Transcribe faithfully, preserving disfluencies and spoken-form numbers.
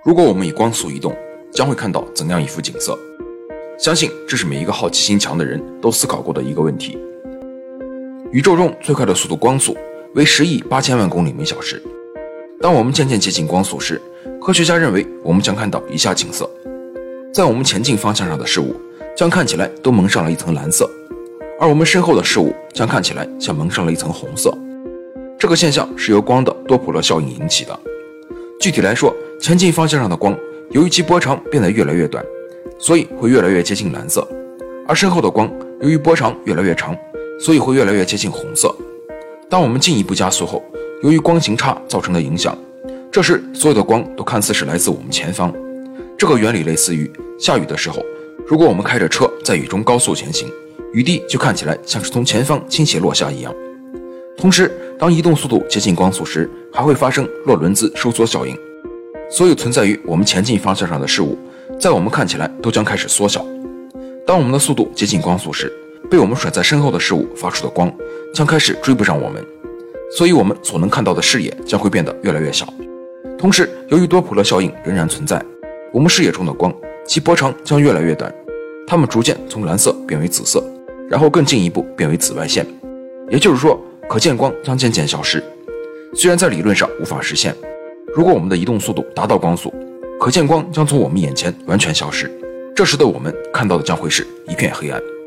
如果我们以光速移动，将会看到怎样一幅景色？相信这是每一个好奇心强的人都思考过的一个问题。宇宙中最快的速度光速为十亿八千万公里每小时。当我们渐渐接近光速时，科学家认为我们将看到以下景色：在我们前进方向上的事物将看起来都蒙上了一层蓝色，而我们身后的事物将看起来像蒙上了一层红色。这个现象是由光的多普勒效应引起的。具体来说，前进方向上的光由于其波长变得越来越短，所以会越来越接近蓝色，而身后的光由于波长越来越长，所以会越来越接近红色。当我们进一步加速后，由于光行差造成的影响，这时所有的光都看似是来自我们前方。这个原理类似于下雨的时候，如果我们开着车在雨中高速前行，雨滴就看起来像是从前方倾斜落下一样。同时，当移动速度接近光速时，还会发生洛伦兹收缩效应。所有存在于我们前进方向上的事物，在我们看起来都将开始缩小。当我们的速度接近光速时，被我们甩在身后的事物发出的光将开始追不上我们，所以我们所能看到的视野将会变得越来越小。同时，由于多普勒效应仍然存在，我们视野中的光其波长将越来越短，它们逐渐从蓝色变为紫色，然后更进一步变为紫外线。也就是说，可见光将渐渐消失。虽然在理论上无法实现，如果我们的移动速度达到光速，可见光将从我们眼前完全消失，这时的我们看到的将会是一片黑暗。